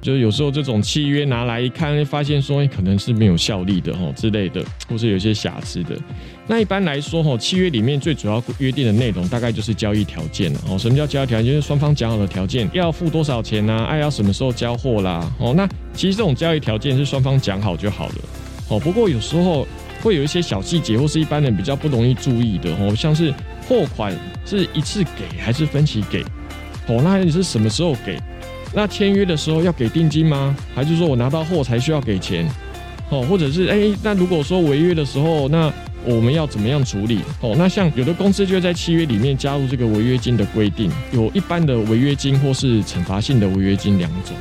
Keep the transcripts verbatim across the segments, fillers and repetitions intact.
就是有时候这种契约拿来一看，发现说可能是没有效力的之类的，或是有些瑕疵的。那一般来说，契约里面最主要约定的内容大概就是交易条件了。什么叫交易条件？就是双方讲好的条件，要付多少钱啊，爱要什么时候交货啦。那其实这种交易条件是双方讲好就好了。不过有时候会有一些小细节，或是一般人比较不容易注意的，像是货款是一次给还是分期给？那你是什么时候给？那签约的时候要给定金吗？还是说我拿到货才需要给钱？或者是哎，那如果说违约的时候，那我们要怎么样处理？那像有的公司就会在契约里面加入这个违约金的规定，有一般的违约金或是惩罚性的违约金两种。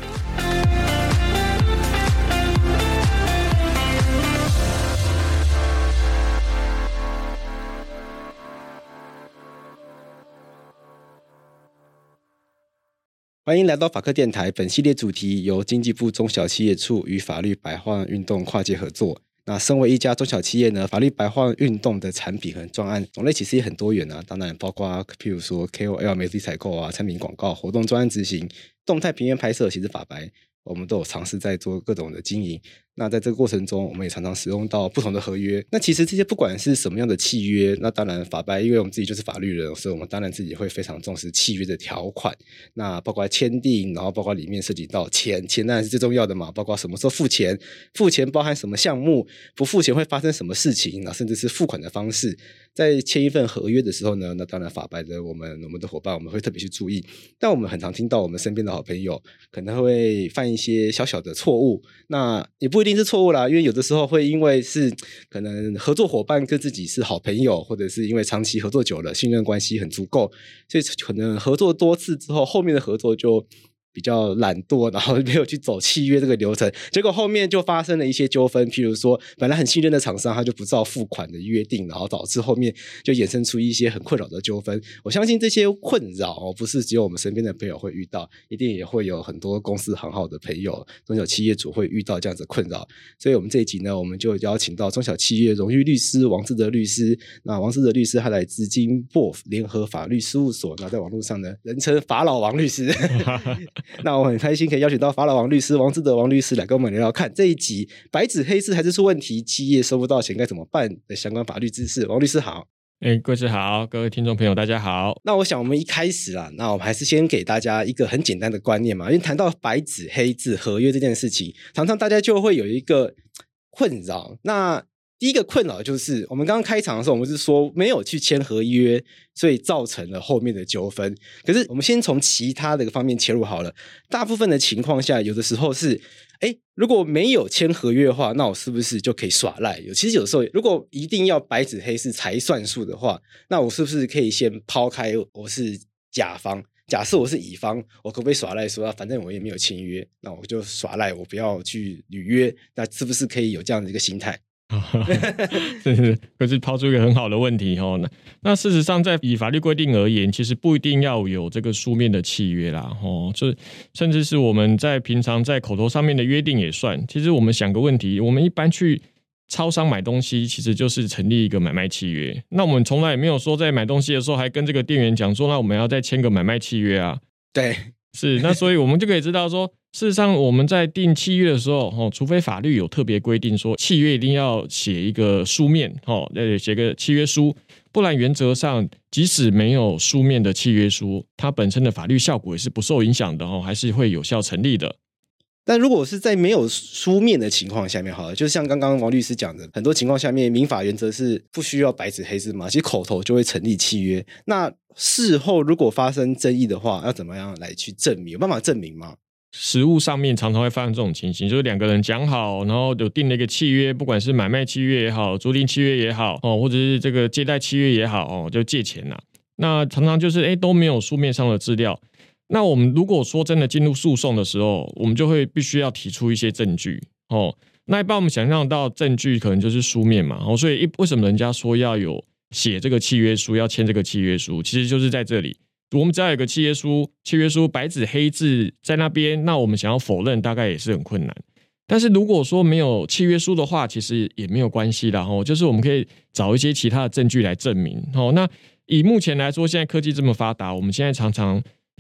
欢迎来到法科电台，本系列主题由经济部中小企业处与法律白话文运动跨界合作。那身为一家中小企业呢，法律白话文运动的产品和专案种类其实也很多元啊，当然包括譬如说 K O L 媒体采购啊、产品广告、活动专案执行、动态平面拍摄，其实法白我们都有尝试在做各种的经营。那在这个过程中，我们也常常使用到不同的合约。那其实这些不管是什么样的契约，那当然法白因为我们自己就是法律人，所以我们当然自己会非常重视契约的条款。那包括签订，然后包括里面涉及到钱，钱当然是最重要的嘛，包括什么时候付钱，付钱包含什么项目，不付钱会发生什么事情，那甚至是付款的方式。在签一份合约的时候呢，那当然法白的我们我们的伙伴我们会特别去注意。但我们很常听到我们身边的好朋友可能会犯一些小小的错误，那也不一定是错误啦，因为有的时候会因为是可能合作伙伴跟自己是好朋友，或者是因为长期合作久了，信任关系很足够，所以可能合作多次之后，后面的合作就比较懒惰，然后没有去走契约这个流程，结果后面就发生了一些纠纷，譬如说本来很信任的厂商他就不照付款的约定，然后导致后面就衍生出一些很困扰的纠纷。我相信这些困扰不是只有我们身边的朋友会遇到，一定也会有很多公司行号的朋友、中小企业主会遇到这样子的困扰。所以我们这一集呢，我们就邀请到中小企业荣誉律师王志德律师。那王志德律师他来自金博联合法律事务所，那在网络上呢人称法老王律师那我很开心可以邀请到法老王律师王志德王律师来跟我们聊聊看这一集白纸黑字还是出问题，企业收不到钱该怎么办的相关法律知识。王律师好。 哎，贵师好，各位听众朋友大家好。 那我想我们一开始啦，那我们还是先给大家一个很简单的观念嘛，因为谈到白纸黑字合约这件事情，常常大家就会有一个困扰。那第一个困扰就是我们刚刚开场的时候我们是说没有去签合约，所以造成了后面的纠纷。可是我们先从其他的方面切入好了，大部分的情况下有的时候是诶如果没有签合约的话，那我是不是就可以耍赖？其实有时候如果一定要白纸黑字才算数的话，那我是不是可以先抛开我是甲方，假設我是乙方，我可不可以耍赖说、啊、反正我也没有签约，那我就耍赖我不要去履约，那是不是可以有这样的一个心态？ 是是，可是抛出一个很好的问题、哦、那, 那事实上在以法律规定而言，其实不一定要有这个书面的契约啦、哦、就甚至是我们在平常在口头上面的约定也算。其实我们想个问题，我们一般去超商买东西其实就是成立一个买卖契约，那我们从来也没有说在买东西的时候还跟这个店员讲说那我们要再签个买卖契约啊。 对， 是，那所以我们就可以知道说事实上我们在订契约的时候、哦、除非法律有特别规定说契约一定要写一个书面、哦、写个契约书，不然原则上即使没有书面的契约书，它本身的法律效果也是不受影响的、哦、还是会有效成立的。 但如果是在没有书面的情况下面，好了，就像刚刚王律师讲的，很多情况下面民法原则是不需要白纸黑字嘛，其实口头就会成立契约。那事后如果发生争议的话，要怎么样来去证明？有办法证明吗？ 实务上面常常会发生这种情形，就是两个人讲好，然后有订了一个契约，不管是买卖契约也好，租赁契约也好、哦、或者是这个借贷契约也好、哦、就借钱啦。那常常就是诶都没有书面上的资料。那我们如果说真的进入诉讼的时候，我们就会必须要提出一些证据、哦、那一般我们想象到证据可能就是书面嘛、哦、所以为什么人家说要有写这个契约书，要签这个契约书，其实就是在这里。我们只要有个契约书，契约书白纸黑字在那边，那我们想要否认大概也是很困难。但是如果说没有契约书的话，其实也没有关系啦、哦、就是我们可以找一些其他的证据来证明、哦、那以目前来说，现在科技这么发达，我们现在常常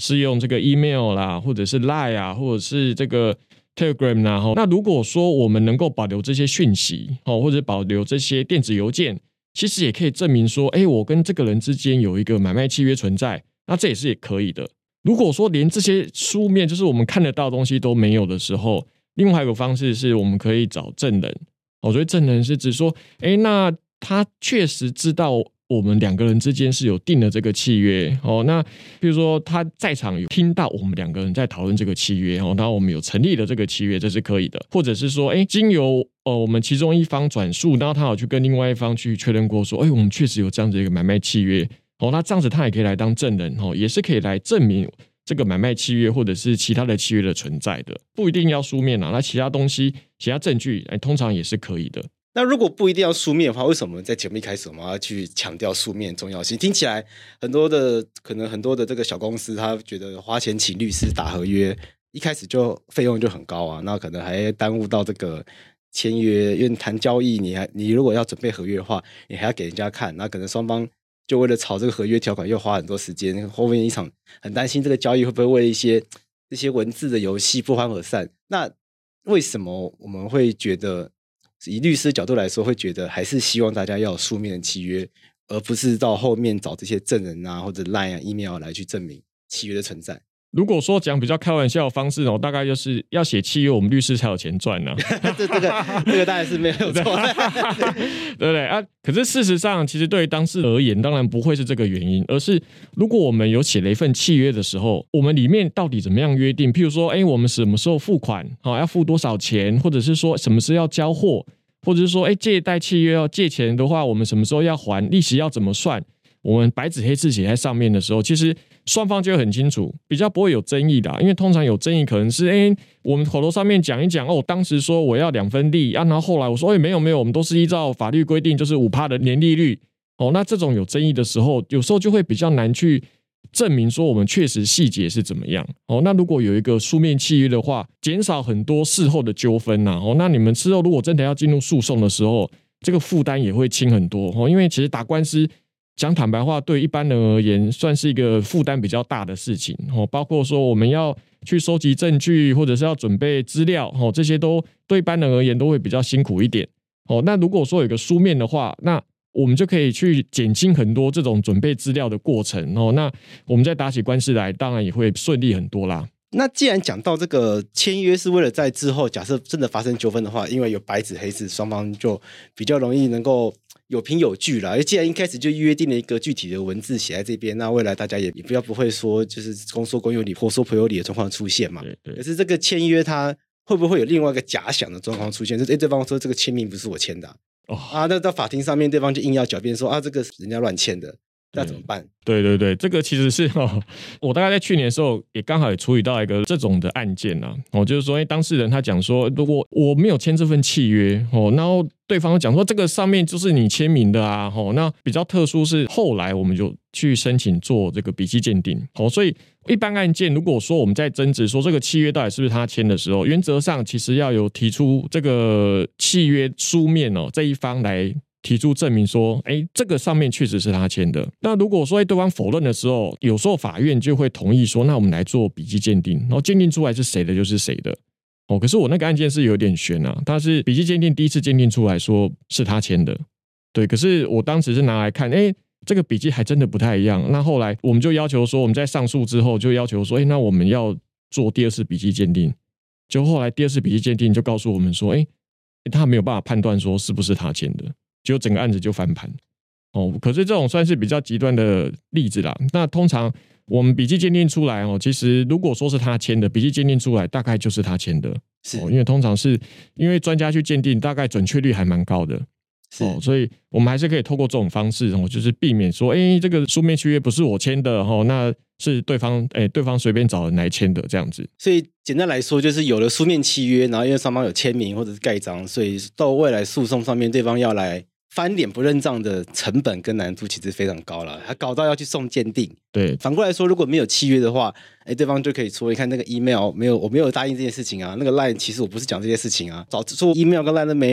是用这个 email 啦，或者是 Line 啊，或者是这个 Telegram 啦。那如果说我们能够保留这些讯息，或者保留这些电子邮件，其实也可以证明说，哎，我跟这个人之间有一个买卖契约存在，那这也是也可以的。如果说连这些书面就是我们看得到的东西都没有的时候，另外一个方式是我们可以找证人。我觉得证人是指说，哎，那他确实知道我们两个人之间是有订了这个契约哦。那比如说他在场有听到我们两个人在讨论这个契约哦，然后我们有成立了这个契约，这是可以的。或者是说，哎，经由呃我们其中一方转述，然后他有去跟另外一方去确认过，说，哎，我们确实有这样子一个买卖契约哦。那这样子他也可以来当证人哦，也是可以来证明这个买卖契约或者是其他的契约的存在的，不一定要书面啊。那其他东西、其他证据，哎，通常也是可以的。 那如果不一定要书面的话，为什么在节目一开始我们要去强调书面的重要性？听起来很多的可能很多的这个小公司，他觉得花钱请律师打合约，一开始就费用就很高啊，那可能还耽误到这个签约，因为谈交易，你还你如果要准备合约的话，你还要给人家看，那可能双方就为了炒这个合约条款又花很多时间，后面一场很担心这个交易会不会为一些这些文字的游戏不欢而散。那为什么我们会觉得以律师的角度来说，会觉得还是希望大家要有书面的契约，而不是到后面找这些证人啊或者 Line 啊 email 来去证明契约的存在？ 如果说讲比较开玩笑的方式，大概就是要写契约，我们律师才有钱赚呢、啊。 这这个这个当然是没有错， 对不对啊？可是事实上，其实对于当事人而言，当然不会是这个原因，而是如果我们有写了一份契约的时候，我们里面到底怎么样约定？譬如说，哎，我们什么时候付款，好、哦，要付多少钱，或者是说什么时候要交货，或者是说，哎，借贷契约要借钱的话，我们什么时候要还，利息要怎么算？我们白纸黑字写在上面的时候，其实双方就很清楚，比较不会有争议的。因为通常有争议可能是，哎，我们口头上面讲一讲，哦，当时说我要两分利啊，然后后来我说，哎，没有没有，我们都是依照法律规定，就是 百分之五 的年利率。哦，那这种有争议的时候，有时候就会比较难去证明说我们确实细节是怎么样。哦，那如果有一个书面契约的话，减少很多事后的纠纷呐。哦，那你们事后如果真的要进入诉讼的时候，这个负担也会轻很多。哦，因为其实打官司，讲坦白话，对一般人而言，算是一个负担比较大的事情哦。包括说我们要去收集证据，或者是要准备资料哦，这些都对一般人而言都会比较辛苦一点哦。那如果说有一个书面的话，那我们就可以去减轻很多这种准备资料的过程哦。那我们再打起官司来，当然也会顺利很多啦。 那既然讲到这个签约是为了在之后假设真的发生纠纷的话，因为有白纸黑字，双方就比较容易能够有凭有据啦。既然一开始就约定了一个具体的文字写在这边，那未来大家也比较不会说就是公说公有理，婆说婆有理的状况出现嘛。 对对。 可是这个签约它会不会有另外一个假想的状况出现？就是哎，对方说这个签名不是我签的啊，哦、啊那到法庭上面对方就硬要狡辩说啊这个是人家乱签的。那怎么办？ 对对对，这个其实是、哦、我大概在去年的时候也刚好也处理到一个这种的案件啊。哦，就是说，当事人他讲说，如果我没有签这份契约哦，然后对方讲说这个上面就是你签名的啊。哦，那比较特殊是后来我们就去申请做这个笔迹鉴定。哦，所以一般案件如果说我们在争执说这个契约到底是不是他签的时候，原则上其实要有提出这个契约书面哦这一方来提出证明说，哎，这个上面确实是他签的。那如果说对方否认的时候，有时候法院就会同意说，那我们来做笔迹鉴定，然后鉴定出来是谁的就是谁的。哦，可是我那个案件是有点悬啊，他是笔迹鉴定第一次鉴定出来说是他签的，对，可是我当时是拿来看，哎，这个笔迹还真的不太一样。那后来我们就要求说，我们在上诉之后就要求说，哎，那我们要做第二次笔迹鉴定。就后来第二次笔迹鉴定就告诉我们说，哎，他没有办法判断说是不是他签的。结果整个案子就翻盘哦，可是这种算是比较极端的例子啦。那通常我们笔迹鉴定出来哦，其实如果说是他签的，笔迹鉴定出来大概就是他签的，是、哦、因为通常是因为专家去鉴定，大概准确率还蛮高的。哦，所以我们还是可以透过这种方式哦，就是避免说，哎，这个书面契约不是我签的哦，那是对方，哎，对方随便找人来签的这样子。 所以简单来说，就是有了书面契约，然后因为双方有签名或者是盖章，所以到未来诉讼上面，对方要来翻脸不认账的成本跟难度其实非常高了，他搞到要去送鉴定。 对， 反过来说，如果没有契约的话，哎，对方就可以说，你看那个 email 没有，我没有答应这件事情啊，那个 line 其实我不是讲这些事情啊，早说 email 跟 line 都没有，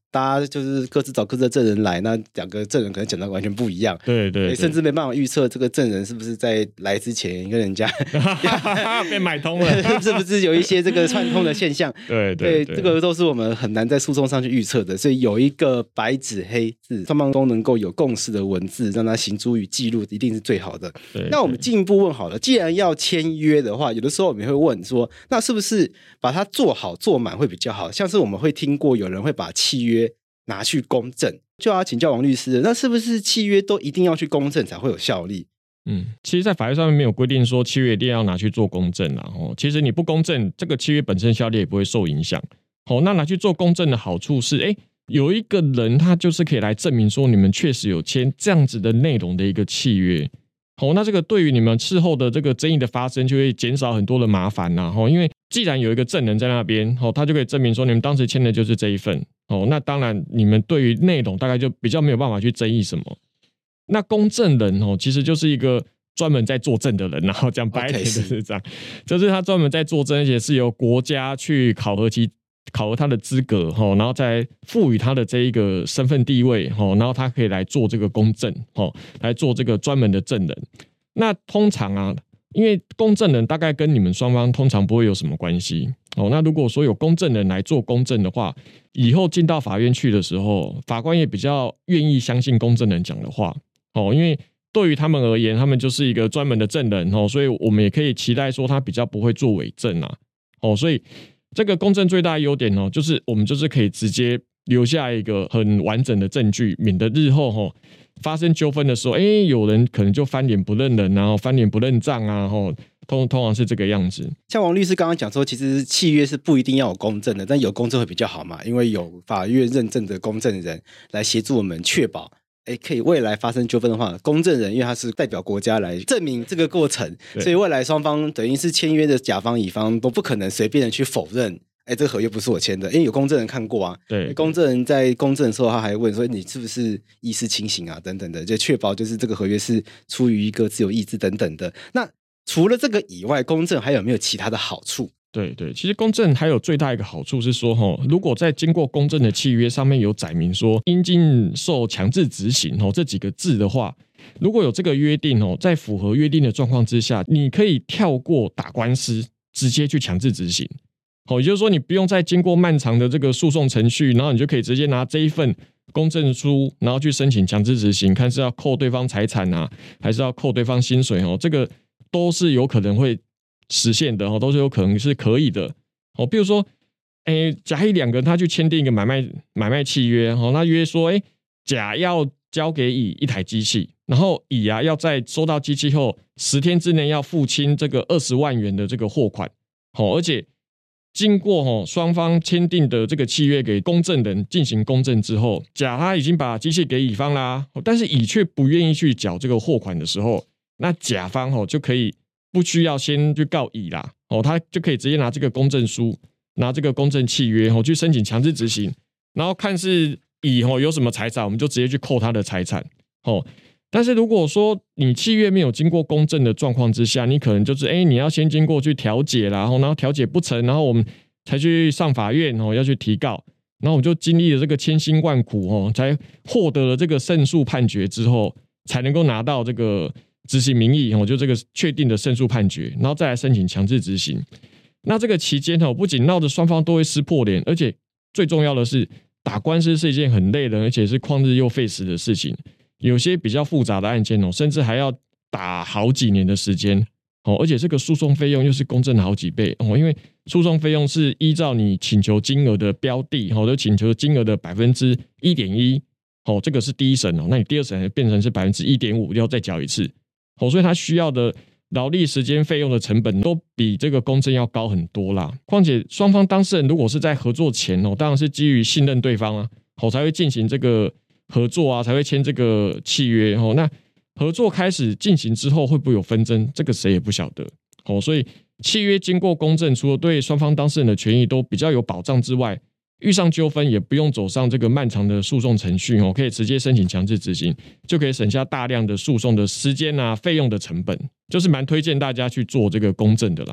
大家就是各自找各自的证人来，那两个证人可能讲的完全不一样， 对 对, 对， 甚至没办法预测这个证人是不是在来之前跟人家被买通了， 是不是有一些这个串通的现象？ 对对 对, 对， 这个都是我们很难在诉讼上去预测的，所以有一个白纸黑字，双方都能够有共识的文字，让它行诸于记录，一定是最好的。 对对， 那我们进一步问好了，既然要签约的话，有的时候我们会问说，那是不是把它做好做满会比较好？像是我们会听过有人会把契约拿去公证，就要请教王律师，那是不是契约都一定要去公证才会有效力？ 嗯，其实在法律上面没有规定说契约一定要拿去做公证啦，哦，其实你不公证，这个契约本身效力也不会受影响。哦，那拿去做公证的好处是，哎，有一个人他就是可以来证明说你们确实有签这样子的内容的一个契约。哦，那这个对于你们事后的这个争议的发生就会减少很多的麻烦啦，哦，因为既然有一个证人在那边，哦，他就可以证明说你们当时签的就是这一份。哦，那当然你们对于内容大概就比较没有办法去争议什么。那公证人哦，其实就是一个专门在作证的人，然后讲白一点就是这样， okay, 是就是他专门在作证，而且是由国家去考核其考核他的资格，然后再赋予他的这一个身份地位，然后他可以来做这个公证，来做这个专门的证人。那通常啊，因为公证人大概跟你们双方通常不会有什么关系，那如果说有公证人来做公证的话，以后进到法院去的时候，法官也比较愿意相信公证人讲的话，因为对于他们而言，他们就是一个专门的证人，所以我们也可以期待说他比较不会做伪证啊。所以这个公证最大的优点就是我们就是可以直接留下一个很完整的证据，免得日后发生纠纷的时候，哎，有人可能就翻脸不认人啊，翻脸不认账啊，通通常是这个样子。 像王律师刚刚讲说，其实契约是不一定要有公证的，但有公证会比较好嘛，因为有法院认证的公证人来协助我们确保诶可以未来发生纠纷的话，公证人因为他是代表国家来证明这个过程，所以未来双方等于是签约的甲方乙方都不可能随便的去否认，哎，这个合约不是我签的，因为有公证人看过啊。 对， 公证人在公证的时候，他还问说你是不是意识清醒啊，等等的，就确保就是这个合约是出于一个自由意志等等的。那除了这个以外，公证还有没有其他的好处？ 对对，其实公证还有最大一个好处是说，如果在经过公证的契约上面有载明说应经受强制执行这几个字的话，如果有这个约定，在符合约定的状况之下，你可以跳过打官司，直接去强制执行。也就是说，你不用再经过漫长的这个诉讼程序，然后你就可以直接拿这一份公证书，然后去申请强制执行，看是要扣对方财产啊，还是要扣对方薪水，这个都是有可能会实现的，都是有可能是可以的。比如说甲乙两个人他去签订一个买卖买卖契约，那约说甲要交给乙一台机器，然后乙啊要在收到机器后十天之内要付清这个二十万元的这个货款，而且经过双方签订的这个契约给公证人进行公证之后，甲他已经把机器给乙方啦，但是乙却不愿意去缴这个货款的时候，那甲方就可以不需要先去告乙啦，他就可以直接拿这个公证书，拿这个公证契约去申请强制执行，然后看是乙有什么财产，我们就直接去扣他的财产。但是如果说你契约没有经过公证的状况之下，你可能就是哎，你要先经过去调解啦，然后调解不成，然后我们才去上法院要去提告，然后我们就经历了这个千辛万苦才获得了这个胜诉判决之后，才能够拿到这个执行名义，就这个确定的胜诉判决，然后再来申请强制执行。那这个期间不仅闹得双方都会撕破脸，而且最重要的是打官司是一件很累人而且是旷日又费时的事情，有些比较复杂的案件甚至还要打好几年的时间，而且这个诉讼费用又是公证的好几倍，因为诉讼费用是依照你请求金额的标的，就请求金额的 百分之一点一， 这个是第一审，那你第二审变成是 百分之一点五 要再缴一次，所以它需要的劳力时间费用的成本都比这个公证要高很多啦。况且双方当事人如果是在合作前，当然是基于信任对方啊，才会进行这个合作啊，才会签这个契约。那合作开始进行之后会不会有纷争，这个谁也不晓得。所以契约经过公证，除了对双方当事人的权益都比较有保障之外，遇上纠纷也不用走上这个漫长的诉讼程序，可以直接申请强制执行，就可以省下大量的诉讼的时间啊、费用的成本，就是蛮推荐大家去做这个公证的啦。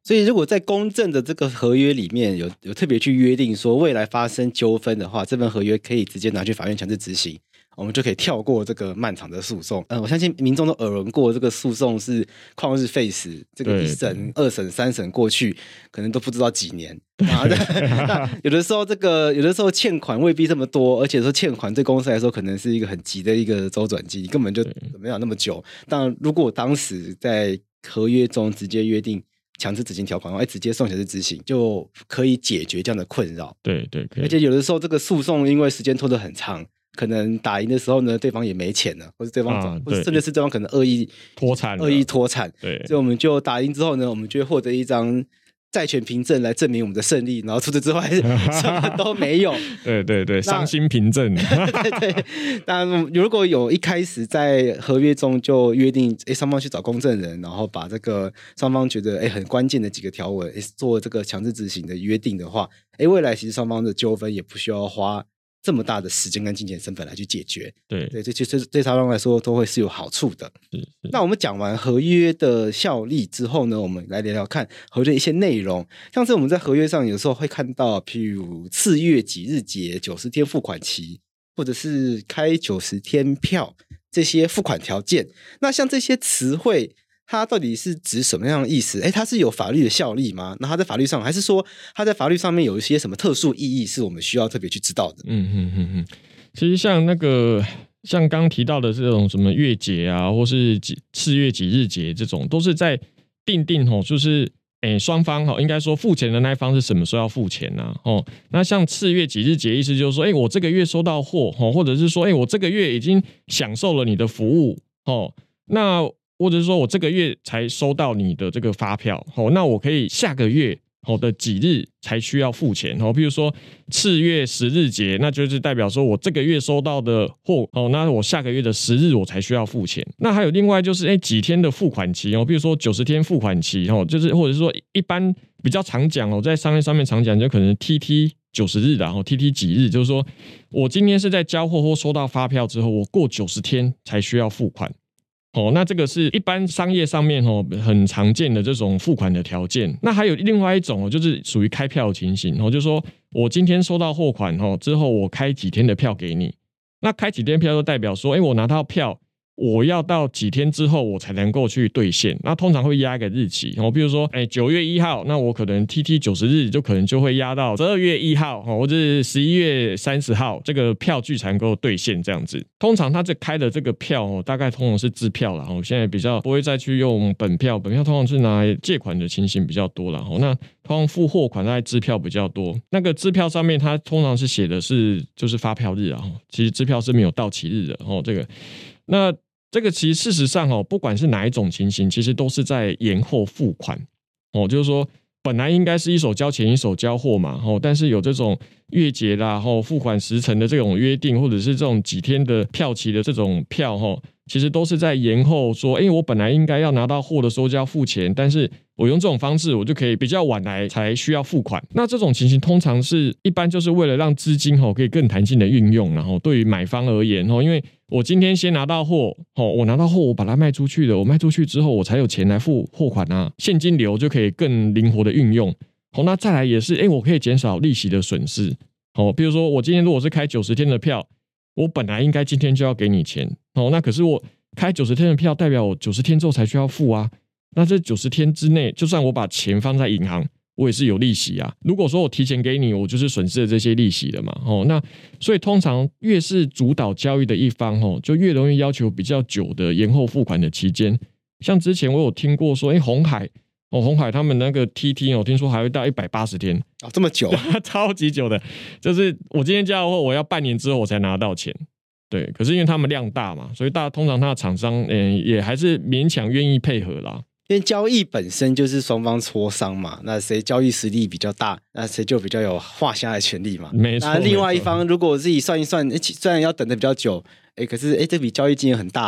所以如果在公证的这个合约里面有有特别去约定说未来发生纠纷的话，这份合约可以直接拿去法院强制执行，我们就可以跳过这个漫长的诉讼。嗯，我相信民众都耳闻过这个诉讼是旷日费时，这个一审、二审、三审过去，可能都不知道几年。啊，那有的时候这个有的时候欠款未必这么多，而且说欠款对公司来说可能是一个很急的一个周转期，根本就没有那么久。但如果当时在合约中直接约定强制执行条款，哎，直接送强制执行，就可以解决这样的困扰。 对对， 而且有的时候这个诉讼因为时间拖得很长，可能打赢的时候呢，对方也没钱了，或者对方、啊、或者甚至是对方可能恶意脱产， 恶意脱产。 对， 所以我们就打赢之后呢，我们就会获得一张债权凭证来证明我们的胜利，然后除此之外什么都没有。 对对对，伤心凭证。 对对，但如果有一开始在合约中就约定，哎，双方去找公证人，然后把这个双方觉得哎很关键的几个条文做这个强制执行的约定的话，哎，未来其实双方的纠纷也不需要花这么大的时间跟金钱成本来去解决。 对对，这其实对双方来说都会是有好处的。是是，那我们讲完合约的效力之后呢，我们来聊聊看合约的一些内容。像是我们在合约上有时候会看到，譬如次月几日结、九十天付款期，或者是开九十天票这些付款条件。那像这些词汇，它到底是指什么样的意思？诶，它是有法律的效力吗？那它在法律上，还是说它在法律上面有一些什么特殊意义是我们需要特别去知道的？ 嗯嗯嗯嗯，其实像那个像刚提到的这种什么月结啊，或是次月几日结这种，都是在订定吼，就是诶双方吼应该说付钱的那一方是什么时候要付钱啊？哦，那像次月几日结意思就是说，诶我这个月收到货吼，或者是说，诶我这个月已经享受了你的服务哦，那或者是说我这个月才收到你的这个发票，哦，那我可以下个月的几日才需要付钱，比如说次月十日结，那就是代表说我这个月收到的货，那我下个月的十日我才需要付钱。那还有另外就是诶几天的付款期，比如说九十天付款期，就是或者是说一般比较常讲，在商业上面常讲就可能 T T 九十日然后 T T 几日，就是说我今天是在交货或收到发票之后，我过九十天才需要付款。哦，那这个是一般商业上面哦很常见的这种付款的条件。那还有另外一种哦，就是属于开票的情形哦，就是说我今天收到货款哦之后，我开几天的票给你。那开几天票就代表说，哎，我拿到票，我要到几天之后我才能够去兑现。那通常会压一个日期哦，比如说，哎，九月一号，那我可能 T T 九十日就可能就会压到十二月一号或者是十一月三十号，这个票据才能够兑现这样子。通常他这开的这个票哦，大概通常是支票啦，现在比较不会再去用本票，本票通常是拿来借款的情形比较多啦。那通常付货款大概支票比较多，那个支票上面它通常是写的是就是发票日啊，其实支票是没有到期日的哦。这个那这个其实事实上哦，不管是哪一种情形，其实都是在延后付款哦，就是说本来应该是一手交钱一手交货嘛，哦，但是有这种月结啦，哦，付款时程的这种约定，或者是这种几天的票期的这种票，哦，其实都是在延后说，哎，我本来应该要拿到货的时候就要付钱，但是我用这种方式，我就可以比较晚来才需要付款。那这种情形通常是一般就是为了让资金哦可以更弹性的运用，然后对于买方而言哦，因为我今天先拿到货哦，我拿到货我把它卖出去了，我卖出去之后我才有钱来付货款啊，现金流就可以更灵活的运用。好，那再来也是，哎，我可以减少利息的损失。好，比如说我今天如果是开九十天的票，我本来应该今天就要给你钱，哦，那可是我开九十天的票，代表我九十天之后才需要付啊。那这九十天之内，就算我把钱放在银行，我也是有利息啊。如果说我提前给你，我就是损失了这些利息的嘛。哦，那所以通常越是主导交易的一方，哦，就越容易要求比较久的延后付款的期间。像之前我有听过说，哎，鸿海。哦，鸿海他们那个 T T 哦，听说还会到一百八十天哦，这么久， 超级久的。就是我今天交货，我要半年之后我才拿到钱。对，可是因为他们量大嘛，所以大通常他的厂商，嗯，也还是勉强愿意配合啦。 因为交易本身就是双方磋商嘛，那谁交易实力比较大，那谁就比较有画虾的权利嘛。 没错。 那另外一方如果自己算一算，虽然要等的比较久，哎，可是哎这笔交易金额很大啊，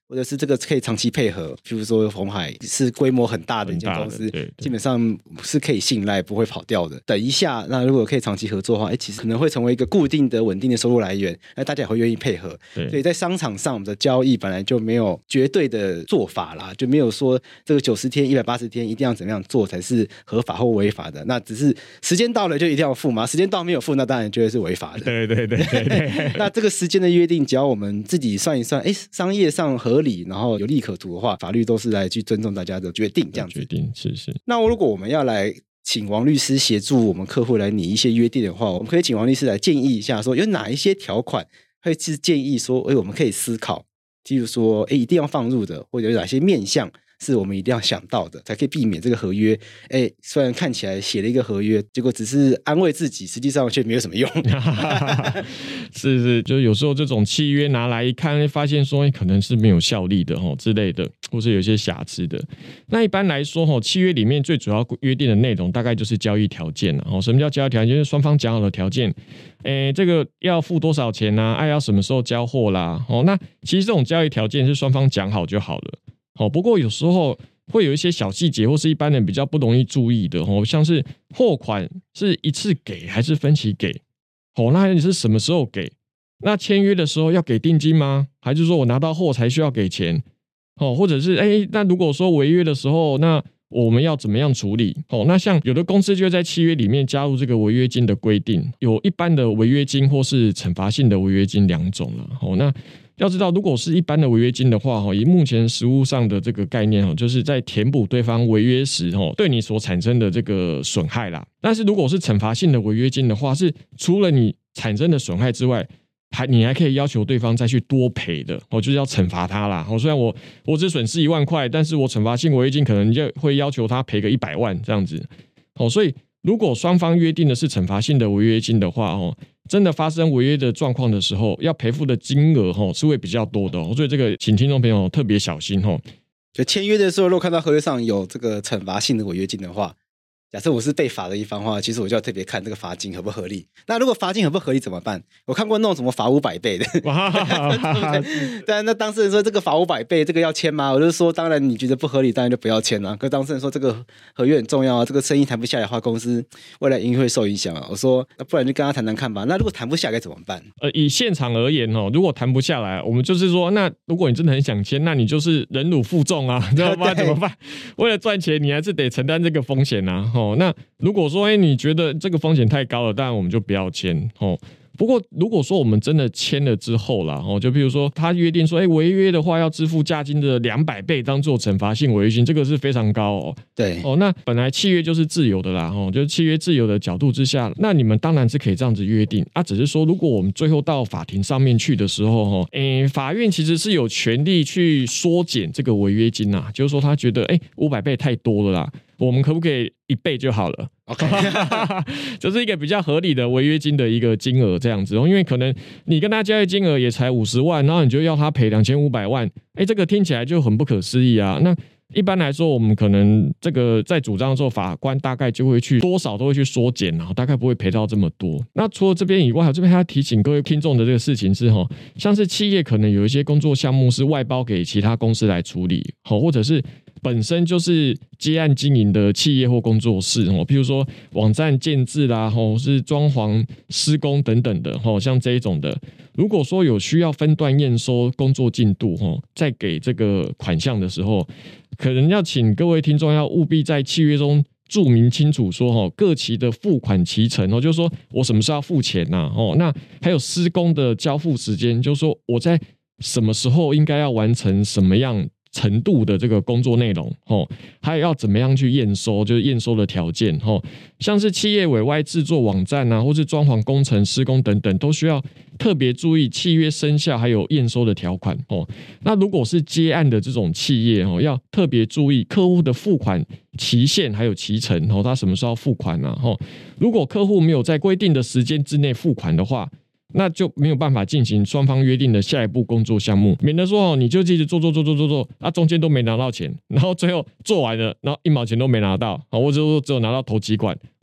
或者是这个可以长期配合，譬如说鸿海是规模很大的一间公司， 对对， 基本上是可以信赖，不会跑掉的。等一下，那如果可以长期合作的话，哎，其实可能会成为一个固定的、稳定的收入来源，那大家也会愿意配合。所以在商场上，我们的交易本来就没有绝对的做法啦，就没有说这个九十天、一百八十天一定要怎么样做才是合法或违法的。那只是时间到了就一定要付嘛，时间到没有付，那当然就会是违法的。 对对对对对。 那这个时间的约定，只要我们自己算一算，哎，商业上合理，然后有利可图的话，法律都是来去尊重大家的决定，这样子。 决定是是。 那如果我们要来请王律师协助我们客户来拟一些约定的话，我们可以请王律师来建议一下，说有哪一些条款会是建议说，哎，我们可以思考，例如说，哎，一定要放入的，或者有哪些面向是我们一定要想到的，才可以避免这个合约。哎，虽然看起来写了一个合约，结果只是安慰自己，实际上却没有什么用。 是是，就有时候这种契约拿来一看，发现说可能是没有效力的之类的，或是有一些瑕疵的。那一般来说，契约里面最主要约定的内容大概就是交易条件。什么叫交易条件？就是双方讲好的条件。诶，这个要付多少钱啊？哎，要什么时候交货啦？哦，那其实这种交易条件是双方讲好就好了。好，不过有时候会有一些小细节，或是一般人比较不容易注意的，像是货款是一次给还是分期给？哦，那你是什么时候给？那签约的时候要给定金吗？还是说我拿到货才需要给钱？哦，或者是哎，那如果说违约的时候，那我们要怎么样处理？哦，那像有的公司就在契约里面加入这个违约金的规定，有一般的违约金或是惩罚性的违约金两种啦。哦，那要知道，如果是一般的违约金的话，以目前实务上的这个概念，就是在填补对方违约时对你所产生的这个损害啦。但是如果是惩罚性的违约金的话，是除了你产生的损害之外，还你还可以要求对方再去多赔的，就是要惩罚他啦。虽然我我只损失一万块，但是我惩罚性违约金可能就会要求他赔个一百万这样子。所以如果双方约定的是惩罚性的违约金的话，真的发生违约的状况的时候，要赔付的金额是会比较多的。所以这个请听众朋友特别小心。 就签约的时候，如果看到合约上有这个惩罚性的违约金的话，假设我是被罚的一方的话，其实我就要特别看这个罚金合不合理。那如果罚金合不合理怎么办？我看过那种什么罚五百倍的，但那当事人说这个罚五百倍，这个要签吗？我就说，当然你觉得不合理，当然就不要签了。可当事人说这个合约很重要啊，这个生意谈不下来的话，公司未来营运会受影响啊。我说，那不然就跟他谈谈看吧。那如果谈不下来该怎么办？ 呃，以现场而言哦，如果谈不下来，我们就是说，那如果你真的很想签，那你就是忍辱负重啊，知道吗？怎么办？为了赚钱，你还是得承担这个风险啊。哦，那如果说，哎，你觉得这个风险太高了，当然我们就不要签。哦，不过如果说我们真的签了之后啦，哦，就比如说他约定说，哎，违约的话要支付价金的两百倍当做惩罚性违约金，这个是非常高哦。 对， 哦，那本来契约就是自由的啦，哦，就是契约自由的角度之下，那你们当然是可以这样子约定啊。只是说，如果我们最后到法庭上面去的时候，哦，哎，法院其实是有权利去缩减这个违约金呐，就是说他觉得，哎，五百倍太多了啦。我们可不可以一倍就好了 ？OK， 这是一个比较合理的违约金的一个金额这样子哦。因为可能你跟他交易金额也才五十万，然后你就要他赔两千五百万，哎，这个听起来就很不可思议啊。那一般来说，我们可能这个在主张的时候，法官大概就会去多少都会去缩减，然后大概不会赔到这么多。那除了这边以外，这边还要提醒各位听众的这个事情是哈，像是企业可能有一些工作项目是外包给其他公司来处理，好，或者是本身就是接案经营的企业或工作室，譬如说网站建制啦，或是装潢施工等等的，像这一种的，如果说有需要分段验收工作进度，在给这个款项的时候，可能要请各位听众要务必在契约中注明清楚说，各期的付款期程，就是说我什么时候要付钱啊，那还有施工的交付时间，就是说我在什么时候应该要完成什么样程度的这个工作内容，还有要怎么样去验收，就是验收的条件，像是企业委外制作网站啊，或是装潢工程施工等等，都需要特别注意契约生效还有验收的条款。那如果是接案的这种企业，要特别注意客户的付款期限还有期程，他什么时候要付款啊？如果客户没有在规定的时间之内付款的话，那就没有办法进行双方约定的下一步工作项目，免得说你就一直做做做做做做，啊中间都没拿到钱，然后最后做完了，然后一毛钱都没拿到，或者说只有拿到头期款，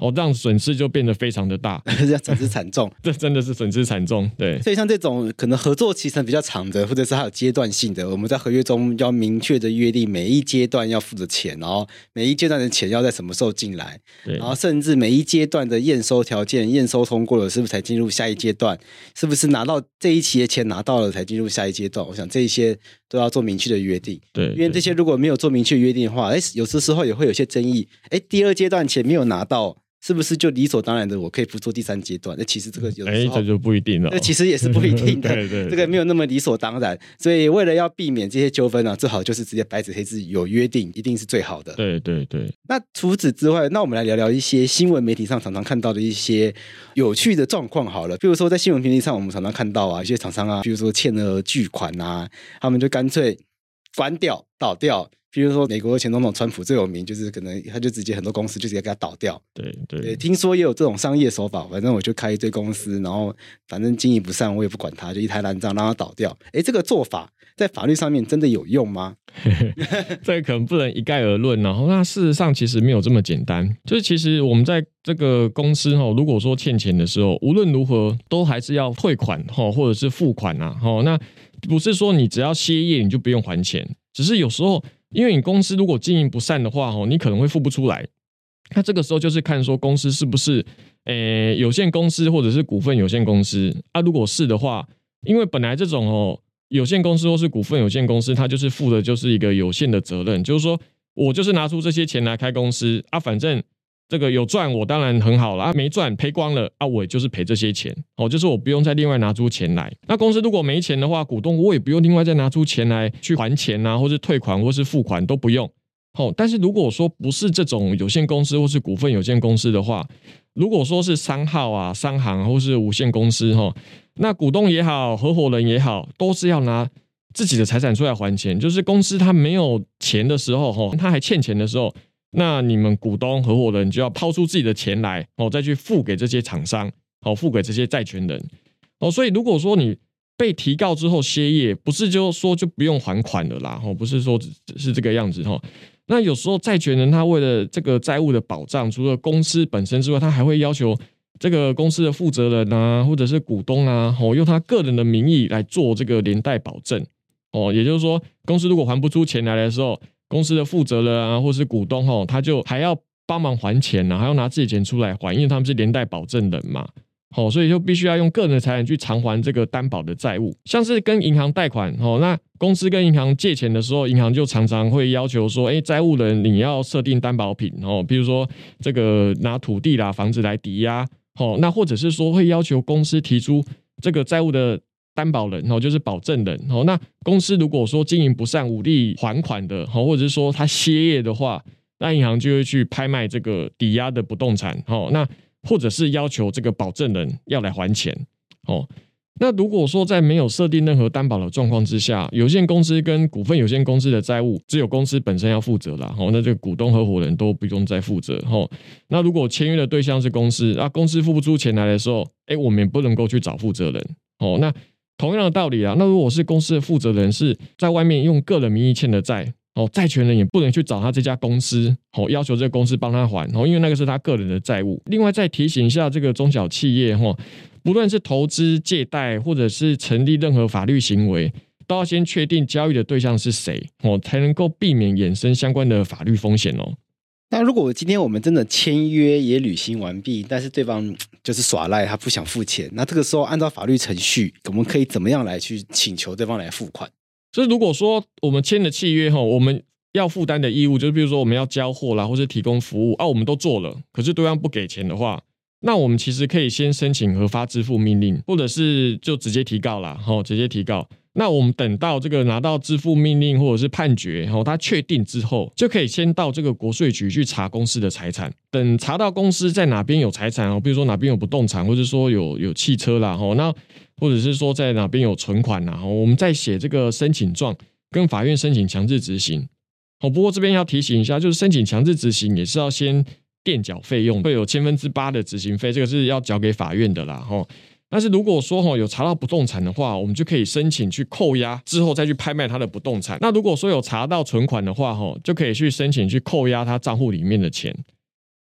哦，让损失就变得非常的大， 这样损失惨重， 这真的是损失惨重。对， 所以像这种可能合作期程比较长的，或者是还有阶段性的，我们在合约中要明确的约定每一阶段要付的钱，然后每一阶段的钱要在什么时候进来，然后甚至每一阶段的验收条件验收通过了，是不是才进入下一阶段？是不是拿到这一期的钱拿到了才进入下一阶段？我想这一些都要做明确的约定。 对， 因为这些如果没有做明确约定的话，哎，有的时候也会有些争议。哎，第二阶段钱没有拿到，是不是就理所当然的我可以不做第三阶段？那其实这个有的时候， 哎，这就不一定了、哦。 这其实也是不一定的， 对, 对对， 这个没有那么理所当然。所以为了要避免这些纠纷呢，最好就是直接白纸黑字有约定，一定是最好的。 对对对。 那除此之外，那我们来聊聊一些新闻媒体上常常看到的一些有趣的状况好了。比如说在新闻评论上，我们常常看到啊，一些厂商啊，比如说欠了巨款啊，他们就干脆关掉、倒掉。比如说美国前总统川普最有名，就是可能他就直接很多公司就直接给他倒掉。 对 对, 对，听说也有这种商业手法，反正我就开一堆公司，然后反正经营不善我也不管它，就一台烂账让它倒掉。哎，这个做法在法律上面真的有用吗？ 这个可能不能一概而论，然后那事实上其实没有这么简单。就是其实我们在这个公司如果说欠钱的时候，无论如何都还是要退款或者是付款啊。那不是说你只要歇业你就不用还钱，只是有时候因为你公司如果经营不善的话，你可能会付不出来。那这个时候就是看说公司是不是诶有限公司或者是股份有限公司啊。如果是的话，因为本来这种哦有限公司或是股份有限公司，它就是负的就是一个有限的责任，就是说我就是拿出这些钱来开公司啊，反正这个有赚我当然很好了啊，没赚赔光了啊，我也就是赔这些钱哦，就是我不用再另外拿出钱来。那公司如果没钱的话，股东我也不用另外再拿出钱来去还钱啊，或是退款或是付款都不用。哦，但是如果说不是这种有限公司或是股份有限公司的话，如果说是商号啊、商行或是无限公司哈，那股东也好、合伙人也好，都是要拿自己的财产出来还钱。就是公司他没有钱的时候哈，他还欠钱的时候，那你们股东、合伙人就要抛出自己的钱来哦，再去付给这些厂商，哦，付给这些债权人哦。所以如果说你被提告之后歇业，不是就说就不用还款了啦，哦，不是说是这个样子哈。那有时候债权人他为了这个债务的保障，除了公司本身之外，他还会要求这个公司的负责人啊，或者是股东啊，哦，用他个人的名义来做这个连带保证哦。也就是说，公司如果还不出钱来的时候，公司的负责人啊，或是股东哦，他就还要帮忙还钱啊，还要拿自己钱出来还，因为他们是连带保证人嘛。哦，所以就必须要用个人的财产去偿还这个担保的债务，像是跟银行贷款哦，那公司跟银行借钱的时候，银行就常常会要求说，哎，债务人你要设定担保品哦，比如说这个拿土地啦、房子来抵押哦，那或者是说会要求公司提出这个债务的担保人哦，就是保证人哦。那公司如果说经营不善、无力还款的哦，或者是说他歇业的话，那银行就会去拍卖这个抵押的不动产哦，那或者是要求这个保证人要来还钱哦。那如果说在没有设定任何担保的状况之下，有限公司跟股份有限公司的债务只有公司本身要负责啦，哦，那这个股东合伙人都不用再负责哦。那如果签约的对象是公司啊，公司付不出钱来的时候，哎，我们也不能够去找负责人哦。那同样的道理啊，那如果是公司的负责人是在外面用个人名义欠的债哦，债权人也不能去找他这家公司哦，要求这个公司帮他还哦，因为那个是他个人的债务。另外再提醒一下这个中小企业哦，不论是投资、借贷或者是成立任何法律行为，都要先确定交易的对象是谁哦，才能够避免衍生相关的法律风险哦。 那如果今天我们真的签约也履行完毕，但是对方就是耍赖，他不想付钱，那这个时候按照法律程序，我们可以怎么样来去请求对方来付款？ 就是如果说我们签了契约我们要负担的义务，就是比如说我们要交货啦，或是提供服务啊，我们都做了，可是对方不给钱的话，那我们其实可以先申请核发支付命令，或者是就直接提告啦，直接提告。那我们等到这个拿到支付命令或者是判决它确定之后，就可以先到这个国税局去查公司的财产。等查到公司在哪边有财产，比如说哪边有不动产，或者说有有汽车啦，那或者是说在哪边有存款啦，我们再写这个申请状跟法院申请强制执行。不过这边要提醒一下，就是申请强制执行也是要先垫缴费用，会有千分之八的执行费，这个是要缴给法院的啦。但是如果说有查到不动产的话，我们就可以申请去扣押，之后再去拍卖他的不动产。那如果说有查到存款的话，就可以去申请去扣押他账户里面的钱。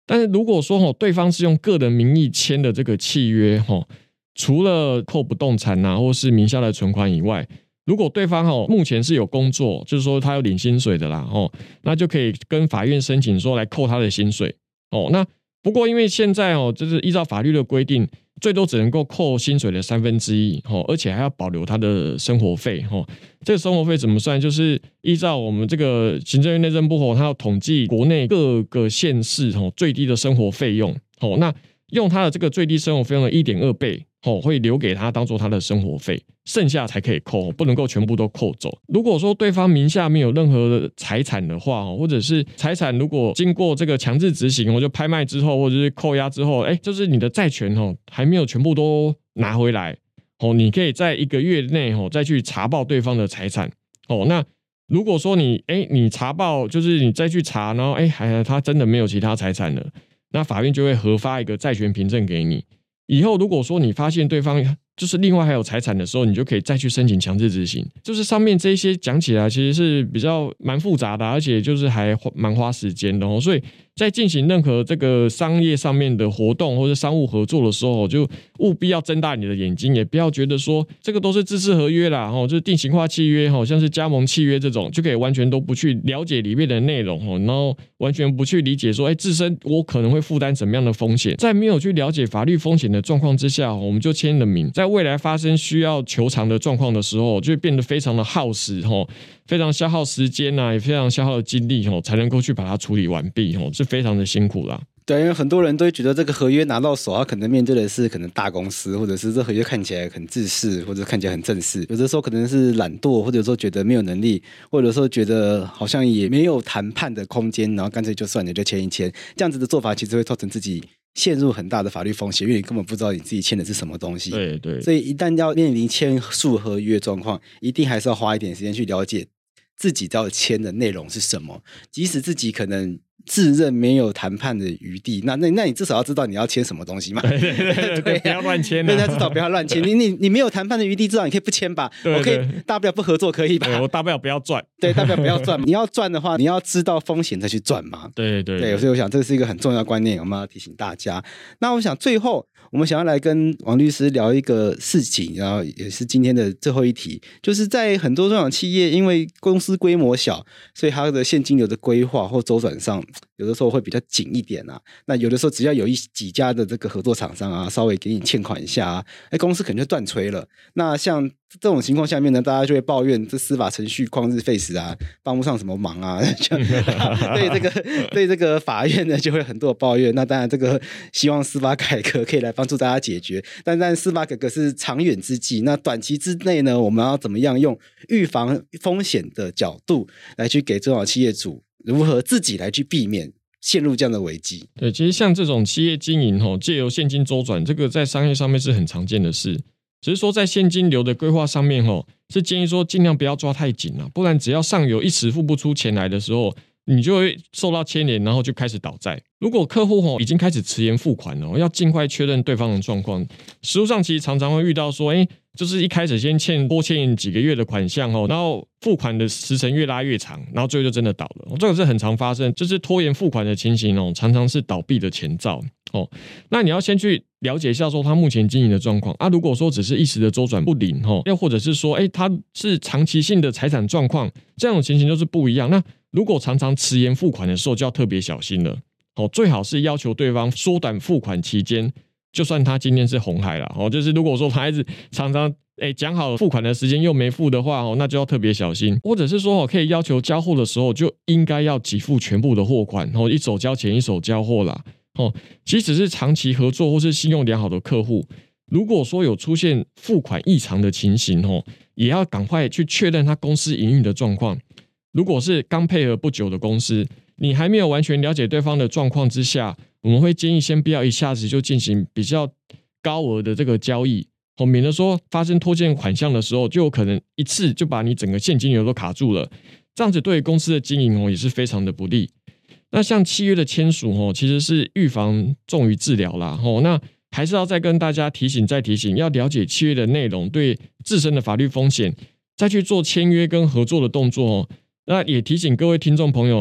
但是如果说哦，对方是用个人名义签的这个契约哦，除了扣不动产啊或是名下的存款以外，如果对方哦目前是有工作，就是说他有领薪水的啦哦，那就可以跟法院申请说来扣他的薪水哦。那不过因为现在哦，就是依照法律的规定，最多只能够扣薪水的三分之一哦，而且还要保留他的生活费哦。这个生活费怎么算？就是依照我们这个行政院内政部哦，它要统计国内各个县市哦最低的生活费用哦，那用他的这个最低生活费用的 一点二倍哦，会留给他当做他的生活费，剩下才可以扣，不能够全部都扣走。如果说对方名下没有任何的财产的话，或者是财产如果经过这个强制执行，就拍卖之后或者是扣押之后，哎，就是你的债权还没有全部都拿回来，你可以在一个月内再去查报对方的财产。那如果说你哎你查报，就是你再去查，然后哎还他真的没有其他财产了，那法院就会核发一个债权凭证给你。以后如果说你发现对方就是另外还有财产的时候，你就可以再去申请强制执行。就是上面这些讲起来其实是比较蛮复杂的，而且就是还蛮花时间的哦。所以在进行任何这个商业上面的活动或者商务合作的时候，就务必要睁大你的眼睛，也不要觉得说这个都是自治合约啦，就是定型化契约，像是加盟契约这种，就可以完全都不去了解里面的内容，然后完全不去理解说，哎，自身我可能会负担怎么样的风险。在没有去了解法律风险的状况之下，我们就签了名，在未来发生需要求偿的状况的时候，就会变得非常的耗时，非常消耗时间啊，也非常消耗精力，才能够去把它处理完毕，是非常的辛苦啦。 对，因为很多人都会觉得这个合约拿到手，他可能面对的是可能大公司，或者是这合约看起来很自私，或者看起来很正式。有的时候可能是懒惰，或者说觉得没有能力，或者说觉得好像也没有谈判的空间，然后干脆就算了，就签一签。这样子的做法其实会造成自己陷入很大的法律风险，因为你根本不知道你自己签的是什么东西。 对对。 所以一旦要面临签署合约状况，一定还是要花一点时间去了解自己要签的内容是什么，即使自己可能自认没有谈判的余地，那那那你至少要知道你要签什么东西嘛。 对对对 对、啊、不要乱签、啊、 对，至少不要乱签。你你你没有谈判的余地，至少你可以不签吧。 对对对， 我可以大不了不合作，可以吧？ 我大不了不要赚。 对，大不了不要赚。你要赚的话，你要知道风险再去赚嘛。 对对 对, 对，所以我想这是一个很重要的观念，我们要提醒大家。那我想最后我们想要来跟王律师聊一个事情，然后也是今天的最后一题，就是在很多中小企业，因为公司规模小，所以它的现金流的规划或周转上，有的时候会比较紧一点啊。那有的时候只要有一几家的这个合作厂商啊，稍微给你欠款一下啊，哎，公司可能就断炊了。那像这种情况下面呢，大家就会抱怨这司法程序旷日费时啊，帮不上什么忙啊，对这个对这个法院呢就会很多的抱怨。那当然这个希望司法改革可以来帮助大家解决，但但司法改革是长远之计。那短期之内呢，我们要怎么样用预防风险的角度来去给中小企业主如何自己来去避免陷入这样的危机？ 对，其实像这种企业经营借由现金周转，这个在商业上面是很常见的事。只是说在现金流的规划上面是建议说尽量不要抓太紧了，不然只要上游一时付不出钱来的时候，你就会受到牵连，然后就开始倒债。如果客户已经开始迟延付款了，要尽快确认对方的状况。实务上其实常常会遇到说，哎，就是一开始先欠多欠几个月的款项，然后付款的时程越拉越长，然后最后就真的倒了。这个是很常发生，就是拖延付款的情形常常是倒闭的前兆。那你要先去了解一下说他目前经营的状况啊。如果说只是一时的周转不灵，又或者是说，哎，他是长期性的财产状况，这种情形就是不一样。那如果常常迟延付款的时候，就要特别小心了。最好是要求对方缩短付款期间，就算他今天是红海啦，就是如果说他一直常常哎讲好付款的时间又没付的话，那就要特别小心。或者是说可以要求交货的时候就应该要给付全部的货款，一手交钱一手交货啦。即使是长期合作或是信用良好的客户，如果说有出现付款异常的情形，也要赶快去确认他公司营运的状况。如果是刚配合不久的公司，你还没有完全了解对方的状况之下，我们会建议先不要一下子就进行比较高额的这个交易，免得说发生拖欠款项的时候，就有可能一次就把你整个现金流都卡住了，这样子对公司的经营也是非常的不利。那像契约的签署其实是预防重于治疗啦，那还是要再跟大家提醒再提醒，要了解契约的内容对自身的法律风险，再去做签约跟合作的动作。那也提醒各位听众朋友，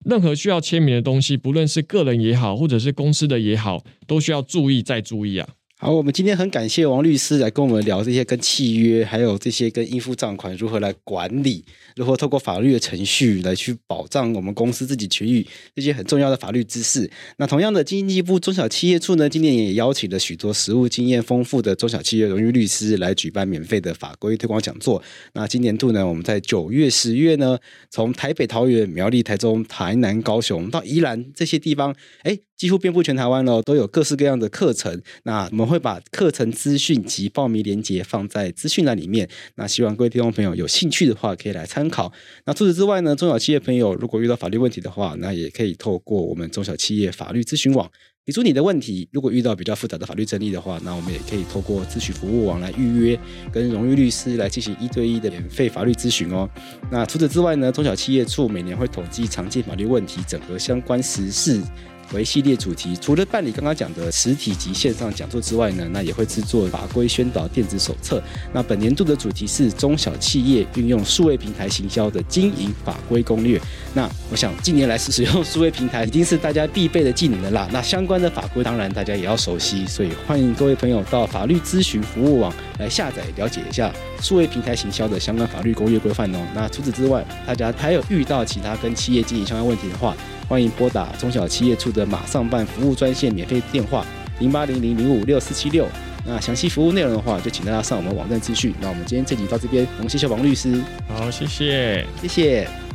任何需要签名的东西，不论是个人也好，或者是公司的也好，都需要注意再注意啊。 好，我们今天很感谢王律师来跟我们聊这些跟契约，还有这些跟应付账款如何来管理，如何透过法律的程序来去保障我们公司自己权益，这些很重要的法律知识。那同样的，经济部中小企业处呢，今年也邀请了许多实务经验丰富的中小企业荣誉律师来举办免费的法规推广讲座。那今年度呢，我们在九月、十月呢，从台北、桃园、苗栗、台中、台南、高雄到宜兰这些地方，哎，几乎遍布全台湾了，都有各式各样的课程。那我们会把课程资讯及报名连结放在资讯栏里面，那希望各位听众朋友有兴趣的话可以来参考。那除此之外呢，中小企业朋友如果遇到法律问题的话，那也可以透过我们中小企业法律咨询网提出你的问题。如果遇到比较复杂的法律争议的话，那我们也可以透过咨询服务网来预约，跟荣誉律师来进行一对一的免费法律咨询哦。那除此之外呢，中小企业处每年会统计常见法律问题，整合相关时事为系列主题，除了办理刚刚讲的实体及线上讲座之外呢，那也会制作法规宣导电子手册。那本年度的主题是中小企业运用数位平台行销的经营法规攻略。那我想近年来使用数位平台已经是大家必备的技能了啦，那相关的法规当然大家也要熟悉，所以欢迎各位朋友到法律咨询服务网来下载了解一下数位平台行销的相关法律攻略规范哦。那除此之外，大家还有遇到其他跟企业经营相关问题的话，欢迎拨打中小企业处的马上办服务专线免费电话零八零零零五六四七六。那详细服务内容的话，就请大家上我们网站资讯。那我们今天这集到这边，我们谢谢王律师。 好，谢谢， 谢谢。